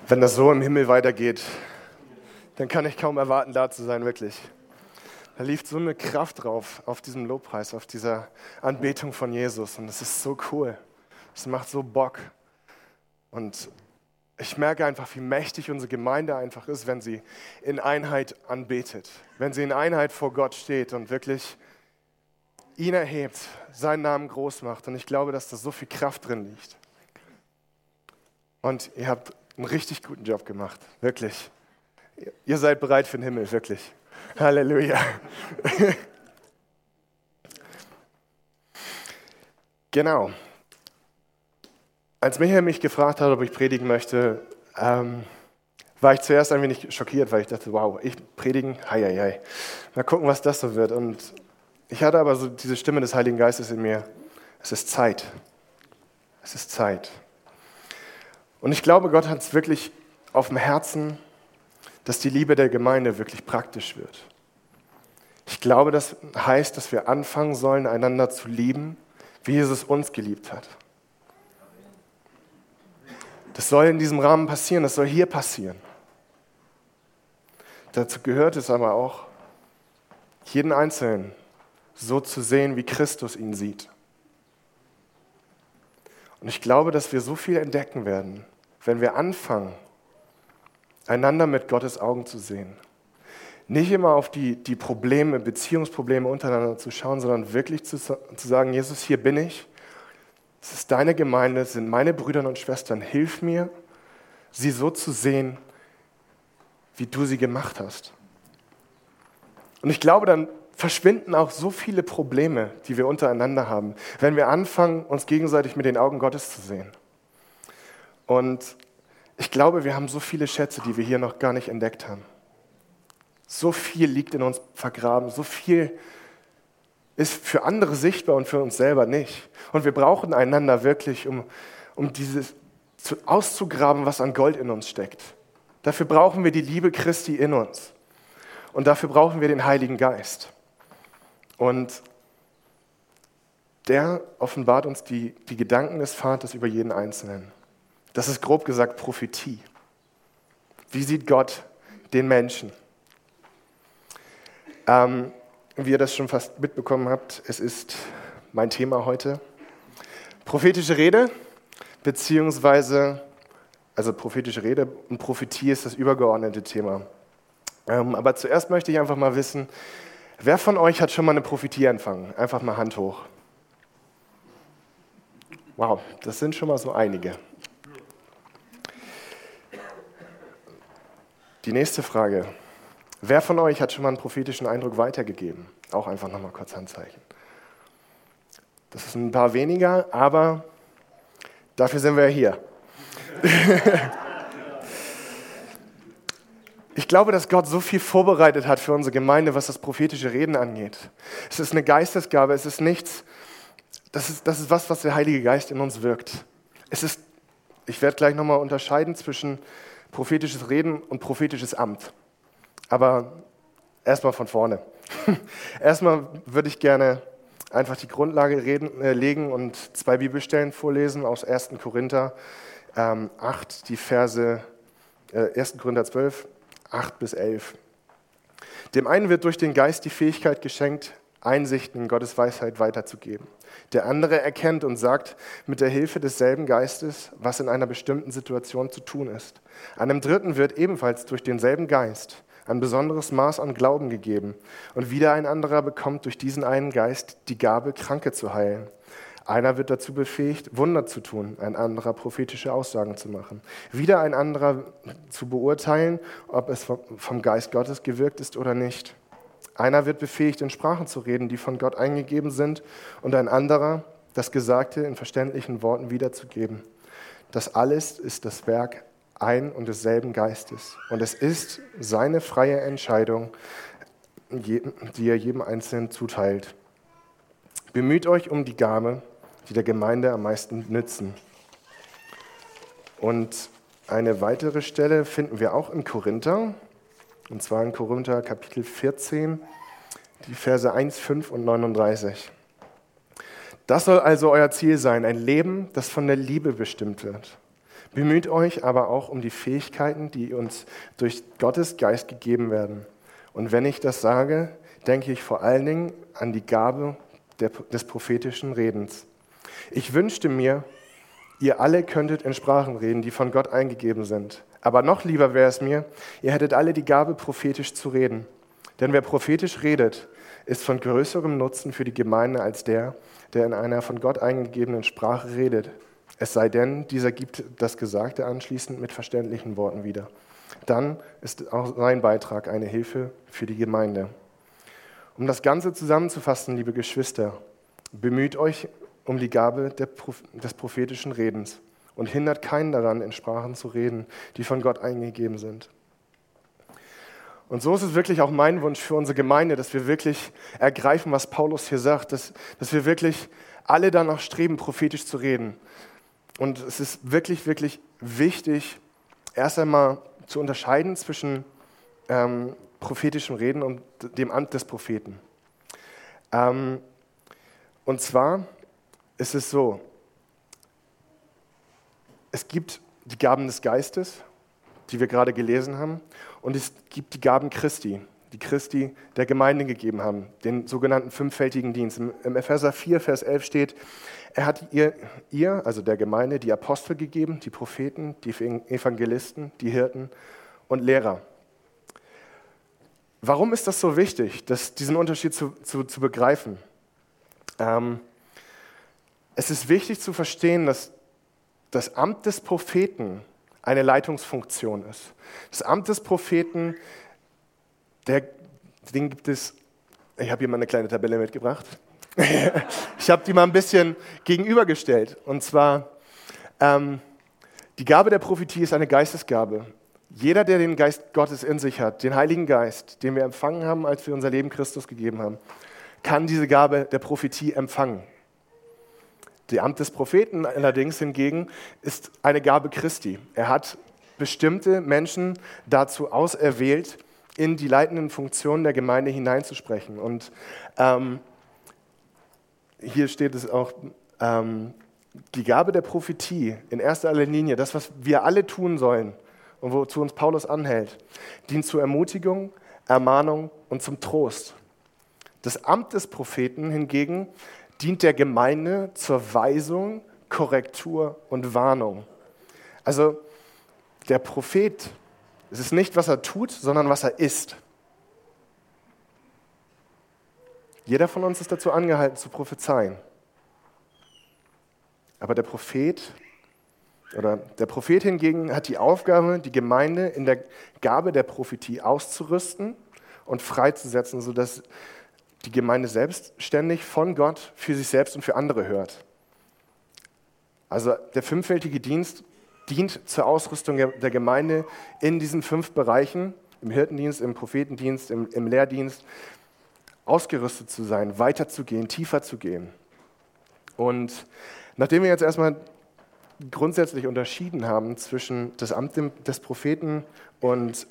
Wenn das so im Himmel weitergeht, dann kann ich kaum erwarten, da zu sein, wirklich. Da liegt so eine Kraft drauf, auf diesem Lobpreis, auf dieser Anbetung von Jesus. Und es ist so cool. Es macht so Bock. Und ich merke einfach, wie mächtig unsere Gemeinde einfach ist, wenn sie in Einheit anbetet. Wenn sie in Einheit vor Gott steht und wirklich ihn erhebt, seinen Namen groß macht. Und ich glaube, dass da so viel Kraft drin liegt. Und ihr habt einen richtig guten Job gemacht, wirklich. Ihr seid bereit für den Himmel, wirklich. Halleluja. Genau. Als Michael mich gefragt hat, ob ich predigen möchte, war ich zuerst ein wenig schockiert, weil ich dachte, wow, ich predigen, hei. Mal gucken, was das so wird. Und ich hatte aber so diese Stimme des Heiligen Geistes in mir. Es ist Zeit. Es ist Zeit. Und ich glaube, Gott hat es wirklich auf dem Herzen, dass die Liebe der Gemeinde wirklich praktisch wird. Ich glaube, das heißt, dass wir anfangen sollen, einander zu lieben, wie Jesus uns geliebt hat. Das soll in diesem Rahmen passieren, das soll hier passieren. Dazu gehört es aber auch, jeden Einzelnen so zu sehen, wie Christus ihn sieht. Und ich glaube, dass wir so viel entdecken werden, wenn wir anfangen, einander mit Gottes Augen zu sehen. Nicht immer auf die Probleme, Beziehungsprobleme untereinander zu schauen, sondern wirklich zu sagen, Jesus, hier bin ich. Es ist deine Gemeinde, es sind meine Brüder und Schwestern. Hilf mir, sie so zu sehen, wie du sie gemacht hast. Und ich glaube, dann verschwinden auch so viele Probleme, die wir untereinander haben, wenn wir anfangen, uns gegenseitig mit den Augen Gottes zu sehen. Und ich glaube, wir haben so viele Schätze, die wir hier noch gar nicht entdeckt haben. So viel liegt in uns vergraben, so viel ist für andere sichtbar und für uns selber nicht. Und wir brauchen einander wirklich, um dieses auszugraben, was an Gold in uns steckt. Dafür brauchen wir die Liebe Christi in uns. Und dafür brauchen wir den Heiligen Geist. Und der offenbart uns die Gedanken des Vaters über jeden Einzelnen. Das ist grob gesagt Prophetie. Wie sieht Gott den Menschen? Wie ihr das schon fast mitbekommen habt, es ist mein Thema heute. Prophetische Rede, prophetische Rede und Prophetie ist das übergeordnete Thema. Aber zuerst möchte ich einfach mal wissen, wer von euch hat schon mal eine Prophetie empfangen? Einfach mal Hand hoch. Wow, das sind schon mal so einige. Die nächste Frage. Wer von euch hat schon mal einen prophetischen Eindruck weitergegeben? Auch einfach nochmal kurz Handzeichen. Das ist ein paar weniger, aber dafür sind wir ja hier. Ich glaube, dass Gott so viel vorbereitet hat für unsere Gemeinde, was das prophetische Reden angeht. Es ist eine Geistesgabe, es ist nichts, das ist was der Heilige Geist in uns wirkt. Ich werde gleich nochmal unterscheiden zwischen prophetisches Reden und prophetisches Amt. Aber erstmal von vorne. Erstmal würde ich gerne einfach die Grundlage legen und 2 Bibelstellen vorlesen aus 1. Korinther 8, die Verse 1. Korinther 12, 8 bis 11. Dem einen wird durch den Geist die Fähigkeit geschenkt, Einsichten in Gottes Weisheit weiterzugeben. Der andere erkennt und sagt mit der Hilfe desselben Geistes, was in einer bestimmten Situation zu tun ist. Einem Dritten wird ebenfalls durch denselben Geist ein besonderes Maß an Glauben gegeben. Und wieder ein anderer bekommt durch diesen einen Geist die Gabe, Kranke zu heilen. Einer wird dazu befähigt, Wunder zu tun, ein anderer prophetische Aussagen zu machen. Wieder ein anderer zu beurteilen, ob es vom Geist Gottes gewirkt ist oder nicht. Einer wird befähigt, in Sprachen zu reden, die von Gott eingegeben sind, und ein anderer, das Gesagte in verständlichen Worten wiederzugeben. Das alles ist das Werk ein und desselben Geistes. Und es ist seine freie Entscheidung, die er jedem Einzelnen zuteilt. Bemüht euch um die Gabe, die der Gemeinde am meisten nützen. Und eine weitere Stelle finden wir auch in Korinther, und zwar in Korinther Kapitel 14, die Verse 1, 5 und 39. Das soll also euer Ziel sein, ein Leben, das von der Liebe bestimmt wird. Bemüht euch aber auch um die Fähigkeiten, die uns durch Gottes Geist gegeben werden. Und wenn ich das sage, denke ich vor allen Dingen an die Gabe des prophetischen Redens. Ich wünschte mir, ihr alle könntet in Sprachen reden, die von Gott eingegeben sind. Aber noch lieber wäre es mir, ihr hättet alle die Gabe, prophetisch zu reden. Denn wer prophetisch redet, ist von größerem Nutzen für die Gemeinde als der in einer von Gott eingegebenen Sprache redet. Es sei denn, dieser gibt das Gesagte anschließend mit verständlichen Worten wieder. Dann ist auch sein Beitrag eine Hilfe für die Gemeinde. Um das Ganze zusammenzufassen, liebe Geschwister, bemüht euch um die Gabe des prophetischen Redens und hindert keinen daran, in Sprachen zu reden, die von Gott eingegeben sind. Und so ist es wirklich auch mein Wunsch für unsere Gemeinde, dass wir wirklich ergreifen, was Paulus hier sagt, dass wir wirklich alle danach streben, prophetisch zu reden. Und es ist wirklich, wirklich wichtig, erst einmal zu unterscheiden zwischen prophetischem Reden und dem Amt des Propheten. Und zwar ist es so, es gibt die Gaben des Geistes, die wir gerade gelesen haben, und es gibt die Gaben Christi, die Christi der Gemeinde gegeben haben, den sogenannten fünffältigen Dienst. Im Epheser 4, Vers 11 steht, er hat ihr, also der Gemeinde, die Apostel gegeben, die Propheten, die Evangelisten, die Hirten und Lehrer. Warum ist das so wichtig, diesen Unterschied zu begreifen? Es ist wichtig zu verstehen, dass das Amt des Propheten eine Leitungsfunktion ist. Das Amt des Propheten, den gibt es, ich habe hier mal eine kleine Tabelle mitgebracht. Ich habe die mal ein bisschen gegenübergestellt. Und zwar, die Gabe der Prophetie ist eine Geistesgabe. Jeder, der den Geist Gottes in sich hat, den Heiligen Geist, den wir empfangen haben, als wir unser Leben Christus gegeben haben, kann diese Gabe der Prophetie empfangen. Das Amt des Propheten allerdings hingegen ist eine Gabe Christi. Er hat bestimmte Menschen dazu auserwählt, in die leitenden Funktionen der Gemeinde hineinzusprechen. Und hier steht es auch, die Gabe der Prophetie in erster Linie, das, was wir alle tun sollen und wozu uns Paulus anhält, dient zur Ermutigung, Ermahnung und zum Trost. Das Amt des Propheten hingegen dient der Gemeinde zur Weisung, Korrektur und Warnung. Also der Prophet, es ist nicht, was er tut, sondern was er ist. Jeder von uns ist dazu angehalten, zu prophezeien. Aber der Prophet hingegen hat die Aufgabe, die Gemeinde in der Gabe der Prophetie auszurüsten und freizusetzen, sodass die Gemeinde selbstständig von Gott für sich selbst und für andere hört. Also der fünffältige Dienst dient zur Ausrüstung der Gemeinde in diesen 5 Bereichen, im Hirtendienst, im Prophetendienst, im Lehrdienst, ausgerüstet zu sein, weiterzugehen, tiefer zu gehen. Und nachdem wir jetzt erstmal grundsätzlich unterschieden haben zwischen das Amt des Propheten und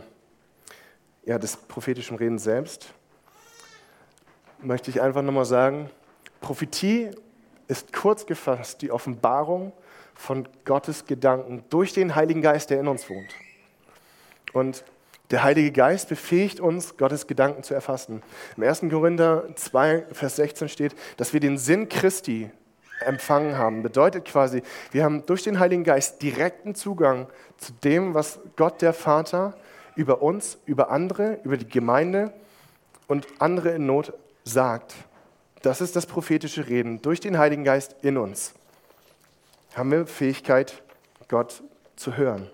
des prophetischen Redens selbst, möchte ich einfach nochmal sagen, Prophetie ist kurz gefasst die Offenbarung von Gottes Gedanken durch den Heiligen Geist, der in uns wohnt. Und der Heilige Geist befähigt uns, Gottes Gedanken zu erfassen. Im 1. Korinther 2, Vers 16 steht, dass wir den Sinn Christi empfangen haben. Bedeutet quasi, wir haben durch den Heiligen Geist direkten Zugang zu dem, was Gott der Vater über uns, über andere, über die Gemeinde und andere in Not sagt. Das ist das prophetische Reden. Durch den Heiligen Geist in uns haben wir Fähigkeit, Gott zu hören.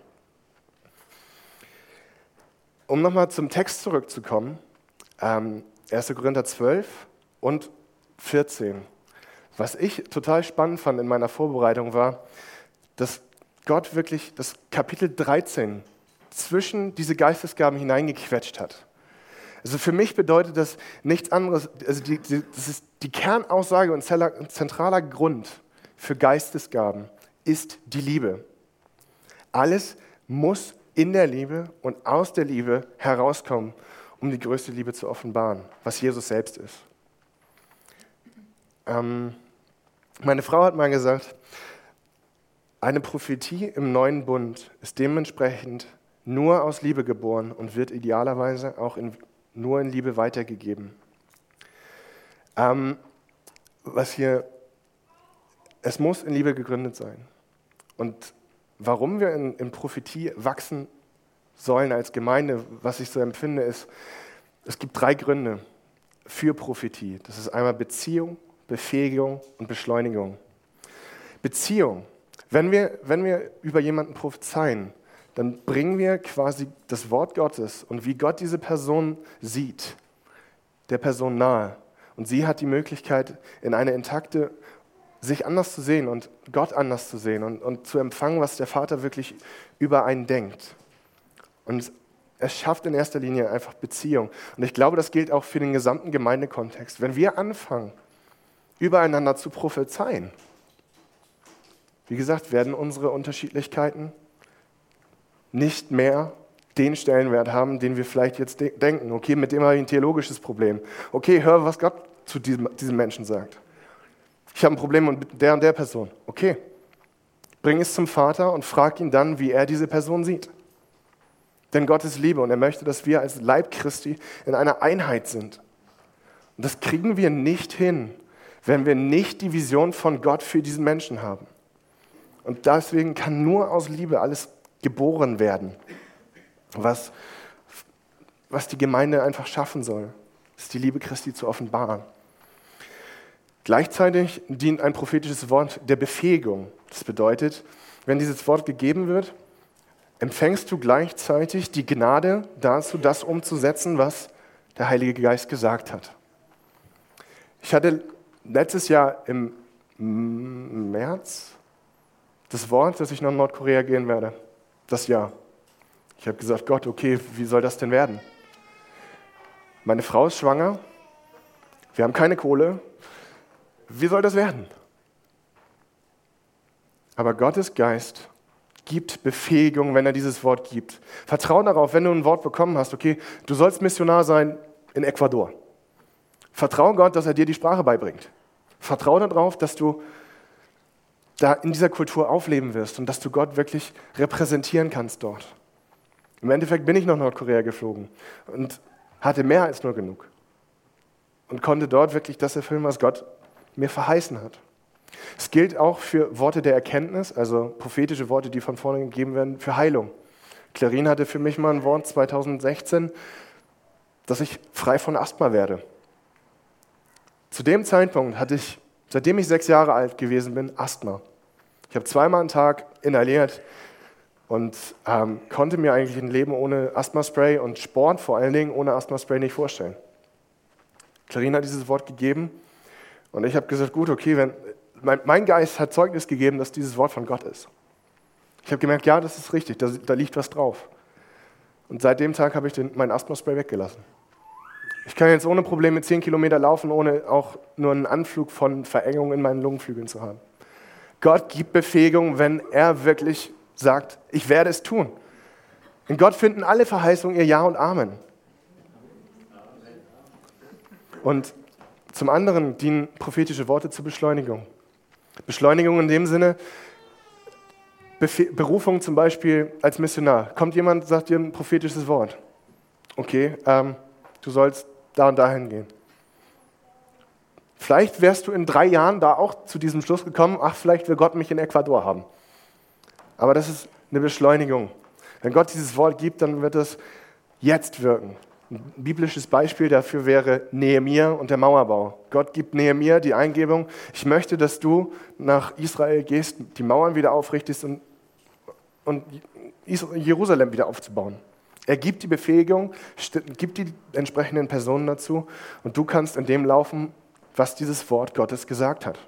Um nochmal zum Text zurückzukommen, 1. Korinther 12 und 14. Was ich total spannend fand in meiner Vorbereitung war, dass Gott wirklich das Kapitel 13 zwischen diese Geistesgaben hineingequetscht hat. Also für mich bedeutet das nichts anderes, also das ist die Kernaussage und zentraler Grund für Geistesgaben ist die Liebe. Alles muss in der Liebe und aus der Liebe herauskommen, um die größte Liebe zu offenbaren, was Jesus selbst ist. Meine Frau hat mal gesagt, Eine Prophetie im neuen Bund ist dementsprechend nur aus Liebe geboren und wird idealerweise auch nur in Liebe weitergegeben. Es muss in Liebe gegründet sein. Und warum wir in Prophetie wachsen sollen als Gemeinde, was ich so empfinde, ist, es gibt 3 Gründe für Prophetie. Das ist einmal Beziehung, Befähigung und Beschleunigung. Beziehung. Wenn wir über jemanden prophezeien, dann bringen wir quasi das Wort Gottes und wie Gott diese Person sieht, der Person nahe. Und sie hat die Möglichkeit, in eine intakte, sich anders zu sehen und Gott anders zu sehen und zu empfangen, was der Vater wirklich über einen denkt. Und es schafft in erster Linie einfach Beziehung. Und ich glaube, das gilt auch für den gesamten Gemeindekontext. Wenn wir anfangen, übereinander zu prophezeien, wie gesagt, werden unsere Unterschiedlichkeiten nicht mehr den Stellenwert haben, den wir vielleicht jetzt denken. Okay, mit dem habe ich ein theologisches Problem. Okay, hör, was Gott zu diesem Menschen sagt. Ich habe ein Problem mit der und der Person. Okay, bring es zum Vater und frag ihn dann, wie er diese Person sieht. Denn Gott ist Liebe und er möchte, dass wir als Leib Christi in einer Einheit sind. Und das kriegen wir nicht hin, wenn wir nicht die Vision von Gott für diesen Menschen haben. Und deswegen kann nur aus Liebe alles geboren werden, was die Gemeinde einfach schaffen soll, ist die Liebe Christi zu offenbaren. Gleichzeitig dient ein prophetisches Wort der Befähigung. Das bedeutet, wenn dieses Wort gegeben wird, empfängst du gleichzeitig die Gnade dazu, das umzusetzen, was der Heilige Geist gesagt hat. Ich hatte letztes Jahr im März das Wort, dass ich nach Nordkorea gehen werde. Das Jahr. Ich habe gesagt, Gott, okay, wie soll das denn werden? Meine Frau ist schwanger, wir haben keine Kohle, wie soll das werden? Aber Gottes Geist gibt Befähigung, wenn er dieses Wort gibt. Vertrau darauf, wenn du ein Wort bekommen hast, okay, du sollst Missionar sein in Ecuador. Vertrau Gott, dass er dir die Sprache beibringt. Vertrau darauf, dass du da in dieser Kultur aufleben wirst und dass du Gott wirklich repräsentieren kannst dort. Im Endeffekt bin ich nach Nordkorea geflogen und hatte mehr als nur genug und konnte dort wirklich das erfüllen, was Gott mir verheißen hat. Es gilt auch für Worte der Erkenntnis, also prophetische Worte, die von vorne gegeben werden, für Heilung. Clarine hatte für mich mal ein Wort 2016, dass ich frei von Asthma werde. Zu dem Zeitpunkt hatte ich, seitdem ich 6 Jahre alt gewesen bin, Asthma. Ich habe 2-mal am Tag inhaliert und konnte mir eigentlich ein Leben ohne Asthmaspray und Sport vor allen Dingen ohne Asthmaspray nicht vorstellen. Clarine hat dieses Wort gegeben und ich habe gesagt, gut, okay, mein Geist hat Zeugnis gegeben, dass dieses Wort von Gott ist. Ich habe gemerkt, ja, das ist richtig, da liegt was drauf. Und seit dem Tag habe ich mein Asthmaspray weggelassen. Ich kann jetzt ohne Probleme 10 Kilometer laufen, ohne auch nur einen Anflug von Verengung in meinen Lungenflügeln zu haben. Gott gibt Befähigung, wenn er wirklich sagt, ich werde es tun. In Gott finden alle Verheißungen ihr Ja und Amen. Und zum anderen dienen prophetische Worte zur Beschleunigung. Beschleunigung in dem Sinne, Berufung zum Beispiel als Missionar. Kommt jemand, sagt dir ein prophetisches Wort. Okay, du sollst da und dahin gehen. Vielleicht wärst du in 3 Jahren da auch zu diesem Schluss gekommen, ach, vielleicht will Gott mich in Ecuador haben. Aber das ist eine Beschleunigung. Wenn Gott dieses Wort gibt, dann wird es jetzt wirken. Ein biblisches Beispiel dafür wäre Nehemia und der Mauerbau. Gott gibt Nehemia die Eingebung, ich möchte, dass du nach Israel gehst, die Mauern wieder aufrichtest und Jerusalem wieder aufzubauen. Er gibt die Befähigung, gibt die entsprechenden Personen dazu und du kannst in dem laufen, was dieses Wort Gottes gesagt hat.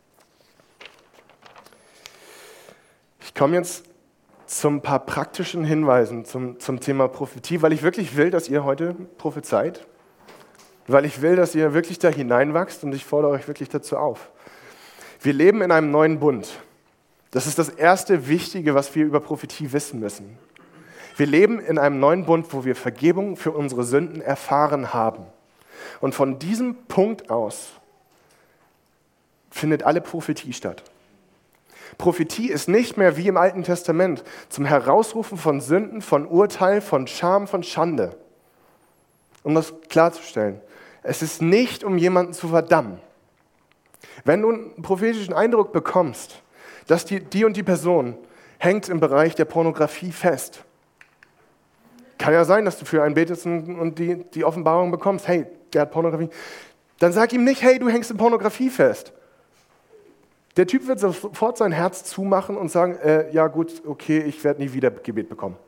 Ich komme jetzt zu ein paar praktischen Hinweisen zum Thema Prophetie, weil ich wirklich will, dass ihr heute prophezeit, weil ich will, dass ihr wirklich da hineinwachst und ich fordere euch wirklich dazu auf. Wir leben in einem neuen Bund. Das ist das erste Wichtige, was wir über Prophetie wissen müssen. Wir leben in einem neuen Bund, wo wir Vergebung für unsere Sünden erfahren haben. Und von diesem Punkt aus findet alle Prophetie statt. Prophetie ist nicht mehr wie im Alten Testament zum Herausrufen von Sünden, von Urteil, von Scham, von Schande. Um das klarzustellen. Es ist nicht, um jemanden zu verdammen. Wenn du einen prophetischen Eindruck bekommst, dass die und die Person hängt im Bereich der Pornografie fest, kann ja sein, dass du für einen betest und die Offenbarung bekommst, hey, der hat Pornografie. Dann sag ihm nicht, hey, du hängst in Pornografie fest. Der Typ wird sofort sein Herz zumachen und sagen, ja gut, okay, ich werde nie wieder Gebet bekommen.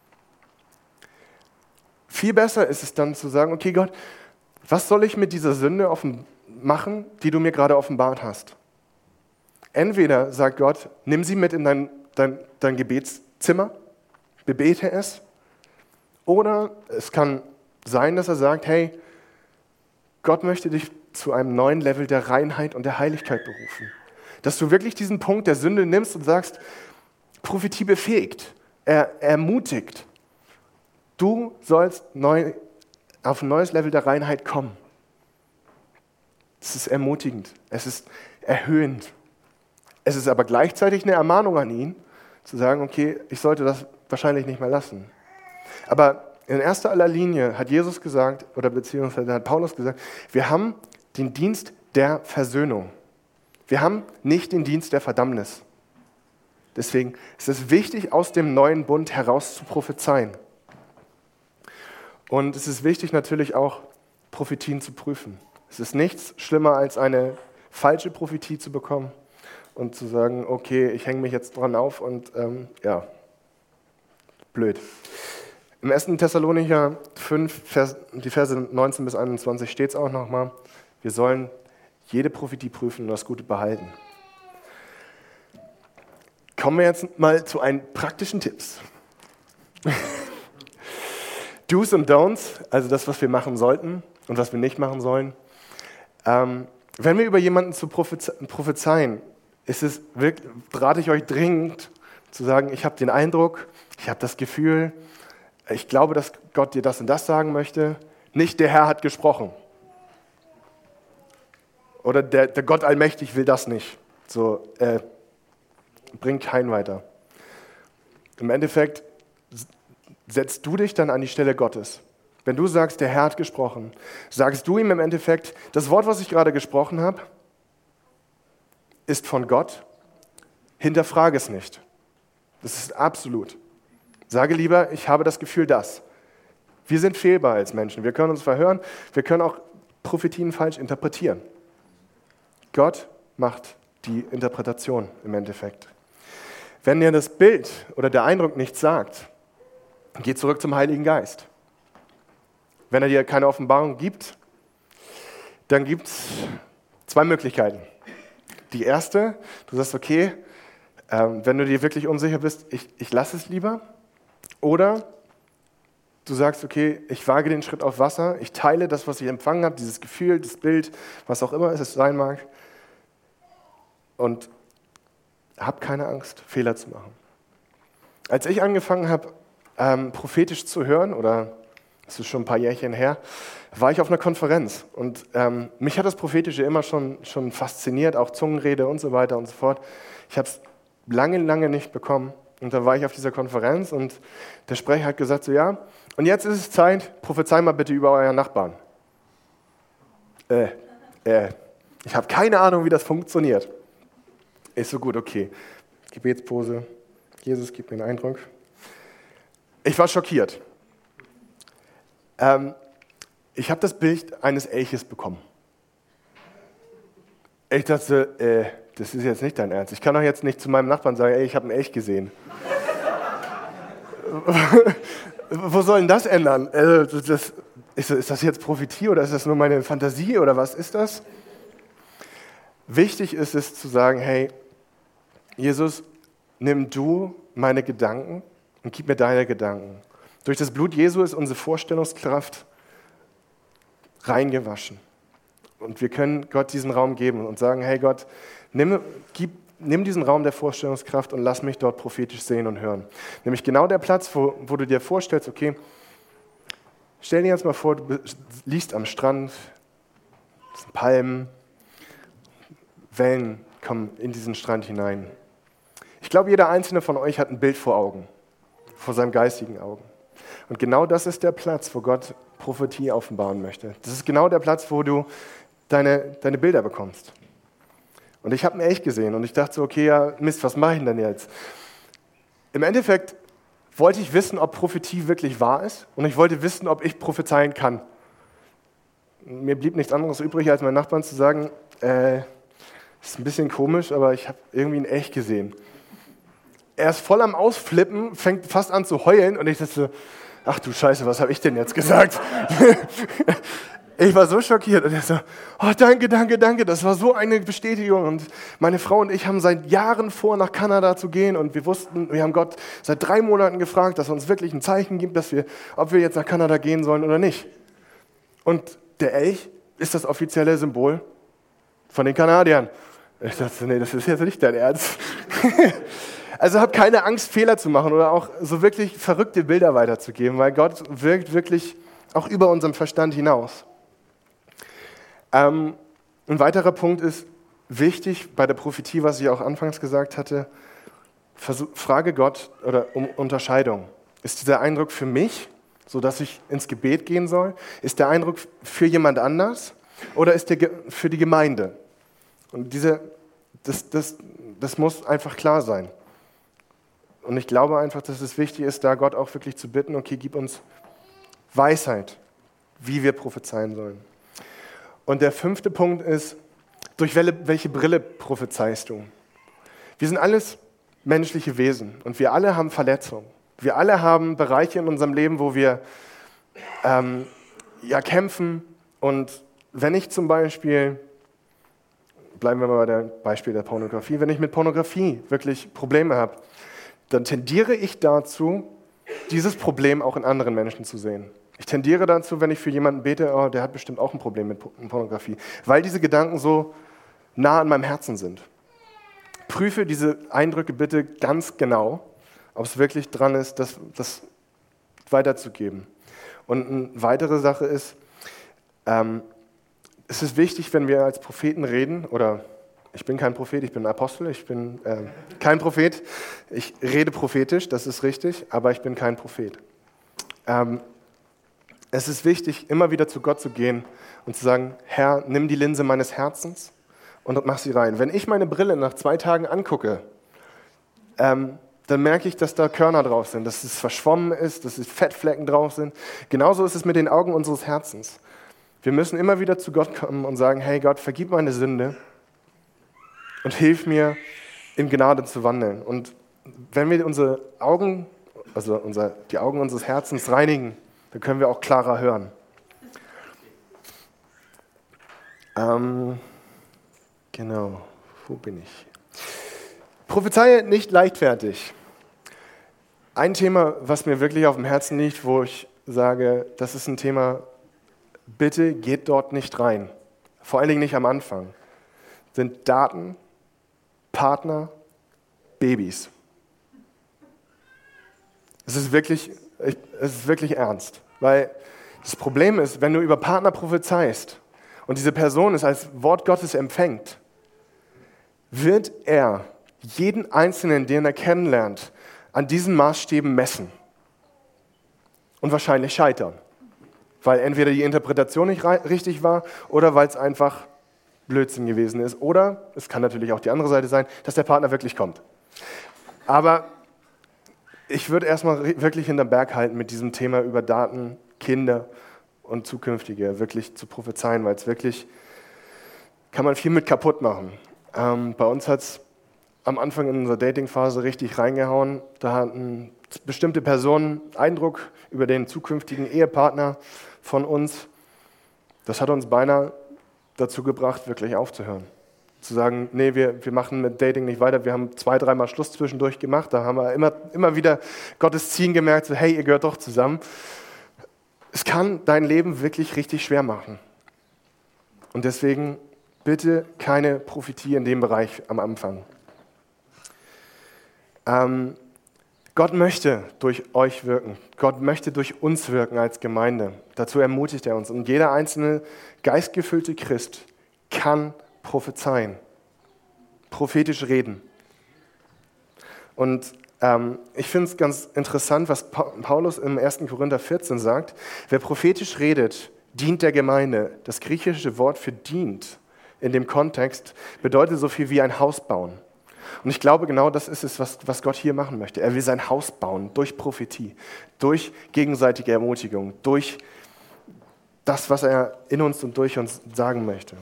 Viel besser ist es dann zu sagen, okay Gott, was soll ich mit dieser Sünde machen, die du mir gerade offenbart hast? Entweder sagt Gott, nimm sie mit in dein Gebetszimmer, bebete es, oder es kann sein, dass er sagt, hey, Gott möchte dich zu einem neuen Level der Reinheit und der Heiligkeit berufen. Dass du wirklich diesen Punkt der Sünde nimmst und sagst, Prophetie befähigt, er ermutigt. Du sollst auf ein neues Level der Reinheit kommen. Es ist ermutigend, es ist erhöhend. Es ist aber gleichzeitig eine Ermahnung an ihn, zu sagen, okay, ich sollte das wahrscheinlich nicht mehr lassen. Aber in erster aller Linie hat Jesus gesagt, oder beziehungsweise hat Paulus gesagt, wir haben den Dienst der Versöhnung. Wir haben nicht den Dienst der Verdammnis. Deswegen ist es wichtig, aus dem neuen Bund heraus zu prophezeien. Und es ist wichtig natürlich auch, Prophetien zu prüfen. Es ist nichts schlimmer, als eine falsche Prophetie zu bekommen und zu sagen, okay, ich hänge mich jetzt dran auf und blöd. Im 1. Thessalonicher 5, die Verse 19 bis 21 steht es auch nochmal, wir sollen jede Prophetie prüfen und das Gute behalten. Kommen wir jetzt mal zu einen praktischen Tipps. Do's und Don'ts, also das, was wir machen sollten und was wir nicht machen sollen. Wenn wir über jemanden zu prophezeien, rate ich euch dringend zu sagen, ich habe den Eindruck, ich habe das Gefühl, ich glaube, dass Gott dir das und das sagen möchte. Nicht der Herr hat gesprochen. Oder der Gott allmächtig will das nicht. So, bringt keinen weiter. Im Endeffekt setzt du dich dann an die Stelle Gottes. Wenn du sagst, der Herr hat gesprochen, sagst du ihm im Endeffekt, das Wort, was ich gerade gesprochen habe, ist von Gott. Hinterfrage es nicht. Das ist absolut. Sage lieber, ich habe das Gefühl, dass. Wir sind fehlbar als Menschen. Wir können uns verhören. Wir können auch Prophetien falsch interpretieren. Gott macht die Interpretation im Endeffekt. Wenn dir das Bild oder der Eindruck nichts sagt, geh zurück zum Heiligen Geist. Wenn er dir keine Offenbarung gibt, dann gibt es zwei Möglichkeiten. Die erste, du sagst, okay, wenn du dir wirklich unsicher bist, ich lasse es lieber. Oder du sagst, okay, ich wage den Schritt auf Wasser, ich teile das, was ich empfangen habe, dieses Gefühl, das Bild, was auch immer es sein mag, und hab keine Angst, Fehler zu machen. Als ich angefangen habe, prophetisch zu hören, oder das ist schon ein paar Jährchen her, war ich auf einer Konferenz. Und mich hat das Prophetische immer schon fasziniert, auch Zungenrede und so weiter und so fort. Ich habe es lange nicht bekommen. Und dann war ich auf dieser Konferenz und der Sprecher hat gesagt, so ja, und jetzt ist es Zeit, prophezei mal bitte über euren Nachbarn. Ich habe keine Ahnung, wie das funktioniert. Ist so gut, okay. Gebetspose. Jesus gibt mir einen Eindruck. Ich war schockiert. Ich habe das Bild eines Elches bekommen. Ich dachte, das ist jetzt nicht dein Ernst. Ich kann doch jetzt nicht zu meinem Nachbarn sagen, ich habe einen Elch gesehen. Wo soll denn das ändern? Ist das jetzt Prophetie oder ist das nur meine Fantasie oder was ist das? Wichtig ist es zu sagen, hey, Jesus, nimm du meine Gedanken und gib mir deine Gedanken. Durch das Blut Jesu ist unsere Vorstellungskraft reingewaschen. Und wir können Gott diesen Raum geben und sagen, hey Gott, nimm diesen Raum der Vorstellungskraft und lass mich dort prophetisch sehen und hören. Nämlich genau der Platz, wo du dir vorstellst, okay, stell dir jetzt mal vor, du liegst am Strand, es sind Palmen, Wellen kommen in diesen Strand hinein. Ich glaube, jeder einzelne von euch hat ein Bild vor Augen, vor seinem geistigen Augen. Und genau das ist der Platz, wo Gott Prophetie offenbaren möchte. Das ist genau der Platz, wo du deine Bilder bekommst. Und ich habe ein Elch gesehen und ich dachte so, okay, ja, Mist, was mache ich denn jetzt? Im Endeffekt wollte ich wissen, ob Prophetie wirklich wahr ist und ich wollte wissen, ob ich prophezeien kann. Mir blieb nichts anderes übrig, als meinen Nachbarn zu sagen, ist ein bisschen komisch, aber ich habe irgendwie ein Elch gesehen. Er ist voll am Ausflippen, fängt fast an zu heulen und ich dachte, ach du Scheiße, was habe ich denn jetzt gesagt? Ich war so schockiert und er so, oh danke, danke, danke, das war so eine Bestätigung und meine Frau und ich haben seit Jahren vor, nach Kanada zu gehen und wir haben Gott seit 3 Monaten gefragt, dass er uns wirklich ein Zeichen gibt, ob wir jetzt nach Kanada gehen sollen oder nicht. Und der Elch ist das offizielle Symbol von den Kanadiern. Ich dachte, nee, das ist jetzt nicht dein Ernst. Also hab keine Angst, Fehler zu machen oder auch so wirklich verrückte Bilder weiterzugeben, weil Gott wirkt wirklich auch über unseren Verstand hinaus. Ein weiterer Punkt ist wichtig bei der Prophetie, was ich auch anfangs gesagt hatte, frage Gott um Unterscheidung. Ist dieser Eindruck für mich, sodass ich ins Gebet gehen soll? Ist der Eindruck für jemand anders oder ist der für die Gemeinde? Und das muss einfach klar sein. Und ich glaube einfach, dass es wichtig ist, da Gott auch wirklich zu bitten, okay, gib uns Weisheit, wie wir prophezeien sollen. Und der 5. Punkt ist, durch welche Brille prophezeist du? Wir sind alles menschliche Wesen und wir alle haben Verletzungen. Wir alle haben Bereiche in unserem Leben, wo wir kämpfen. Und wenn ich zum Beispiel, bleiben wir mal bei dem Beispiel der Pornografie, wenn ich mit Pornografie wirklich Probleme habe, dann tendiere ich dazu, dieses Problem auch in anderen Menschen zu sehen. Ich tendiere dazu, wenn ich für jemanden bete, oh, der hat bestimmt auch ein Problem mit Pornografie, weil diese Gedanken so nah an meinem Herzen sind. Prüfe diese Eindrücke bitte ganz genau, ob es wirklich dran ist, das weiterzugeben. Und eine weitere Sache ist, es ist wichtig, wenn wir als Propheten reden, oder ich bin kein Prophet, ich bin ein Apostel, ich bin kein Prophet, ich rede prophetisch, das ist richtig, aber ich bin kein Prophet. Es ist wichtig, immer wieder zu Gott zu gehen und zu sagen, Herr, nimm die Linse meines Herzens und mach sie rein. Wenn ich meine Brille nach 2 Tagen angucke, dann merke ich, dass da Körner drauf sind, dass es verschwommen ist, dass es Fettflecken drauf sind. Genauso ist es mit den Augen unseres Herzens. Wir müssen immer wieder zu Gott kommen und sagen, hey Gott, vergib meine Sünde und hilf mir, in Gnade zu wandeln. Und wenn wir unsere Augen, die Augen unseres Herzens reinigen, dann können wir auch klarer hören. Genau, wo bin ich? Prophezeie nicht leichtfertig. Ein Thema, was mir wirklich auf dem Herzen liegt, wo ich sage, das ist ein Thema, bitte geht dort nicht rein. Vor allen Dingen nicht am Anfang. Sind Daten, Partner, Babys. Es ist wirklich ernst. Weil das Problem ist, wenn du über Partner prophezeist und diese Person es als Wort Gottes empfängt, wird er jeden Einzelnen, den er kennenlernt, an diesen Maßstäben messen und wahrscheinlich scheitern. Weil entweder die Interpretation nicht richtig war oder weil es einfach Blödsinn gewesen ist. Oder, es kann natürlich auch die andere Seite sein, dass der Partner wirklich kommt. Aber ich würde erstmal wirklich hinterm Berg halten mit diesem Thema über Daten, Kinder und Zukünftige wirklich zu prophezeien, weil es wirklich, kann man viel mit kaputt machen. Bei uns hat es am Anfang in unserer Dating-Phase richtig reingehauen. Da hatten bestimmte Personen Eindruck über den zukünftigen Ehepartner von uns. Das hat uns beinahe dazu gebracht, wirklich aufzuhören. Zu sagen, nee, wir machen mit Dating nicht weiter. Wir haben 2-3 Mal Schluss zwischendurch gemacht. Da haben wir immer wieder Gottes Ziehen gemerkt, so, hey, ihr gehört doch zusammen. Es kann dein Leben wirklich richtig schwer machen. Und deswegen bitte keine Prophetie in dem Bereich am Anfang. Gott möchte durch euch wirken. Gott möchte durch uns wirken als Gemeinde. Dazu ermutigt er uns. Und jeder einzelne geistgefüllte Christ kann prophezeien, prophetisch reden. Und ich finde es ganz interessant, was Paulus im 1. Korinther 14 sagt. Wer prophetisch redet, dient der Gemeinde. Das griechische Wort für dient in dem Kontext bedeutet so viel wie ein Haus bauen. Und ich glaube, genau das ist es, was Gott hier machen möchte. Er will sein Haus bauen durch Prophetie, durch gegenseitige Ermutigung, durch das, was er in uns und durch uns sagen möchte.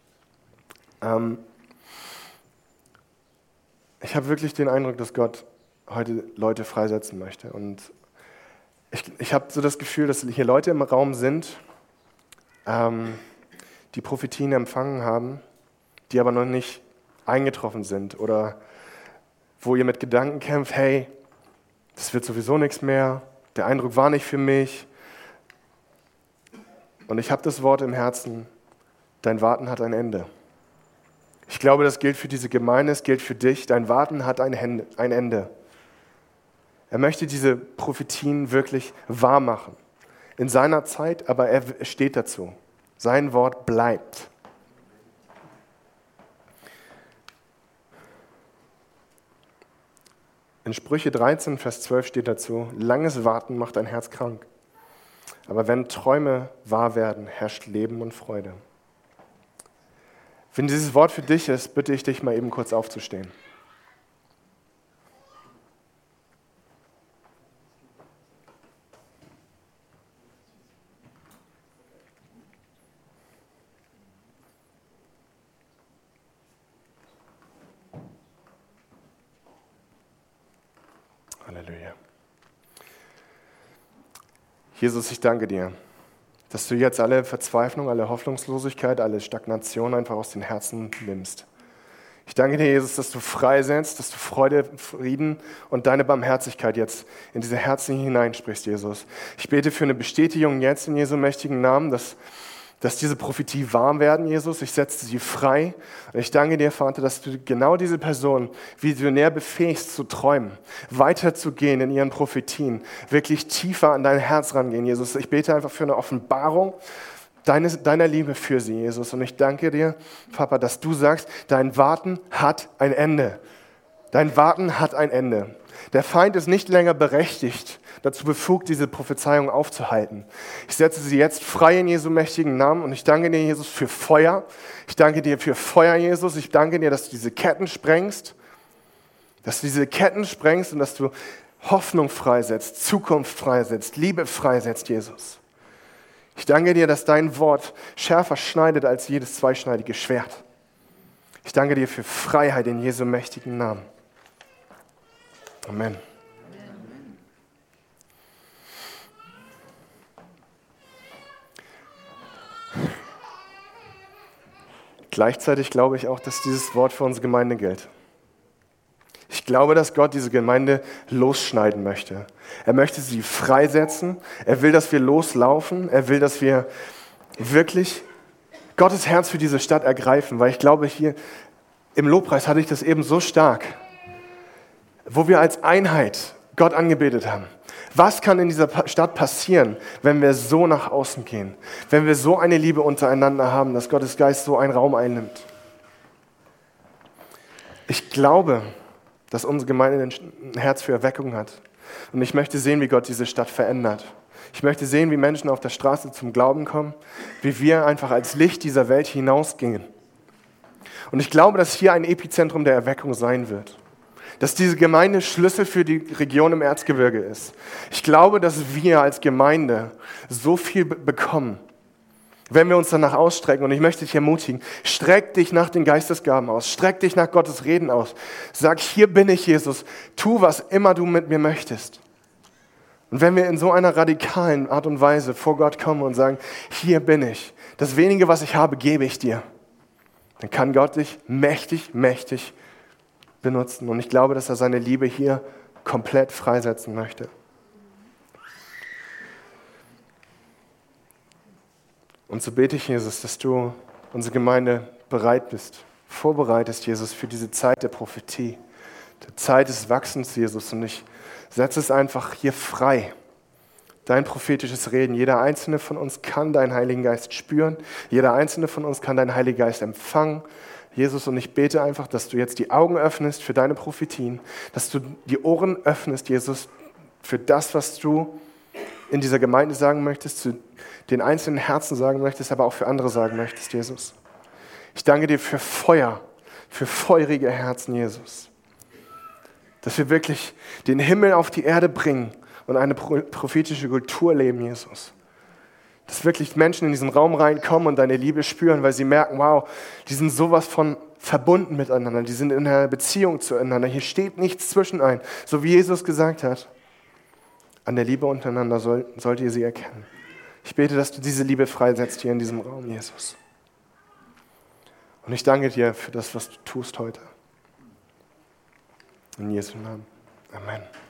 Ich habe wirklich den Eindruck, dass Gott heute Leute freisetzen möchte. Und ich habe so das Gefühl, dass hier Leute im Raum sind, die Prophetien empfangen haben, die aber noch nicht eingetroffen sind oder wo ihr mit Gedanken kämpft, hey, das wird sowieso nichts mehr, der Eindruck war nicht für mich. Und ich habe das Wort im Herzen, dein Warten hat ein Ende. Ich glaube, das gilt für diese Gemeinde, es gilt für dich, dein Warten hat ein Ende. Er möchte diese Prophetien wirklich wahr machen. In seiner Zeit, aber er steht dazu. Sein Wort bleibt. In Sprüche 13, Vers 12 steht dazu, langes Warten macht ein Herz krank. Aber wenn Träume wahr werden, herrscht Leben und Freude. Wenn dieses Wort für dich ist, bitte ich dich mal eben kurz aufzustehen. Halleluja. Jesus, ich danke dir, dass du jetzt alle Verzweiflung, alle Hoffnungslosigkeit, alle Stagnation einfach aus den Herzen nimmst. Ich danke dir, Jesus, dass du freisetzt, dass du Freude, Frieden und deine Barmherzigkeit jetzt in diese Herzen hineinsprichst, Jesus. Ich bete für eine Bestätigung jetzt in Jesu mächtigen Namen, dass diese Prophetie wahr werden, Jesus. Ich setze sie frei. Und ich danke dir, Vater, dass du genau diese Person visionär befähigst zu träumen, weiterzugehen in ihren Prophetien, wirklich tiefer an dein Herz rangehen, Jesus. Ich bete einfach für eine Offenbarung deiner Liebe für sie, Jesus. Und ich danke dir, Papa, dass du sagst, dein Warten hat ein Ende. Dein Warten hat ein Ende. Der Feind ist nicht länger berechtigt, dazu befugt, diese Prophezeiung aufzuhalten. Ich setze sie jetzt frei in Jesu mächtigen Namen und ich danke dir, Jesus, für Feuer. Ich danke dir für Feuer, Jesus. Ich danke dir, dass du diese Ketten sprengst, und dass du Hoffnung freisetzt, Zukunft freisetzt, Liebe freisetzt, Jesus. Ich danke dir, dass dein Wort schärfer schneidet als jedes zweischneidige Schwert. Ich danke dir für Freiheit in Jesu mächtigen Namen. Amen. Gleichzeitig glaube ich auch, dass dieses Wort für unsere Gemeinde gilt. Ich glaube, dass Gott diese Gemeinde losschneiden möchte. Er möchte sie freisetzen. Er will, dass wir loslaufen. Er will, dass wir wirklich Gottes Herz für diese Stadt ergreifen. Weil ich glaube, hier im Lobpreis hatte ich das eben so stark, wo wir als Einheit Gott angebetet haben. Was kann in dieser Stadt passieren, wenn wir so nach außen gehen? Wenn wir so eine Liebe untereinander haben, dass Gottes Geist so einen Raum einnimmt? Ich glaube, dass unsere Gemeinde ein Herz für Erweckung hat. Und ich möchte sehen, wie Gott diese Stadt verändert. Ich möchte sehen, wie Menschen auf der Straße zum Glauben kommen, wie wir einfach als Licht dieser Welt hinausgehen. Und ich glaube, dass hier ein Epizentrum der Erweckung sein wird. Dass diese Gemeinde Schlüssel für die Region im Erzgebirge ist. Ich glaube, dass wir als Gemeinde so viel bekommen, wenn wir uns danach ausstrecken. Und ich möchte dich ermutigen, streck dich nach den Geistesgaben aus, streck dich nach Gottes Reden aus. Sag, hier bin ich, Jesus, tu, was immer du mit mir möchtest. Und wenn wir in so einer radikalen Art und Weise vor Gott kommen und sagen, hier bin ich, das wenige, was ich habe, gebe ich dir, dann kann Gott dich mächtig, mächtig benutzen. Und ich glaube, dass er seine Liebe hier komplett freisetzen möchte. Und so bete ich, Jesus, dass du unsere Gemeinde bereit bist, vorbereitest, Jesus, für diese Zeit der Prophetie, der Zeit des Wachsens, Jesus. Und ich setze es einfach hier frei. Dein prophetisches Reden. Jeder einzelne von uns kann deinen Heiligen Geist spüren. Jeder einzelne von uns kann deinen Heiligen Geist empfangen. Jesus, und ich bete einfach, dass du jetzt die Augen öffnest für deine Prophetien, dass du die Ohren öffnest, Jesus, für das, was du in dieser Gemeinde sagen möchtest, zu den einzelnen Herzen sagen möchtest, aber auch für andere sagen möchtest, Jesus. Ich danke dir für Feuer, für feurige Herzen, Jesus. Dass wir wirklich den Himmel auf die Erde bringen und eine prophetische Kultur leben, Jesus. Dass wirklich Menschen in diesen Raum reinkommen und deine Liebe spüren, weil sie merken, wow, die sind sowas von verbunden miteinander, die sind in einer Beziehung zueinander. Hier steht nichts zwischen ein, so wie Jesus gesagt hat. An der Liebe untereinander sollt ihr sie erkennen. Ich bete, dass du diese Liebe freisetzt hier in diesem Raum, Jesus. Und ich danke dir für das, was du tust heute. In Jesu Namen. Amen.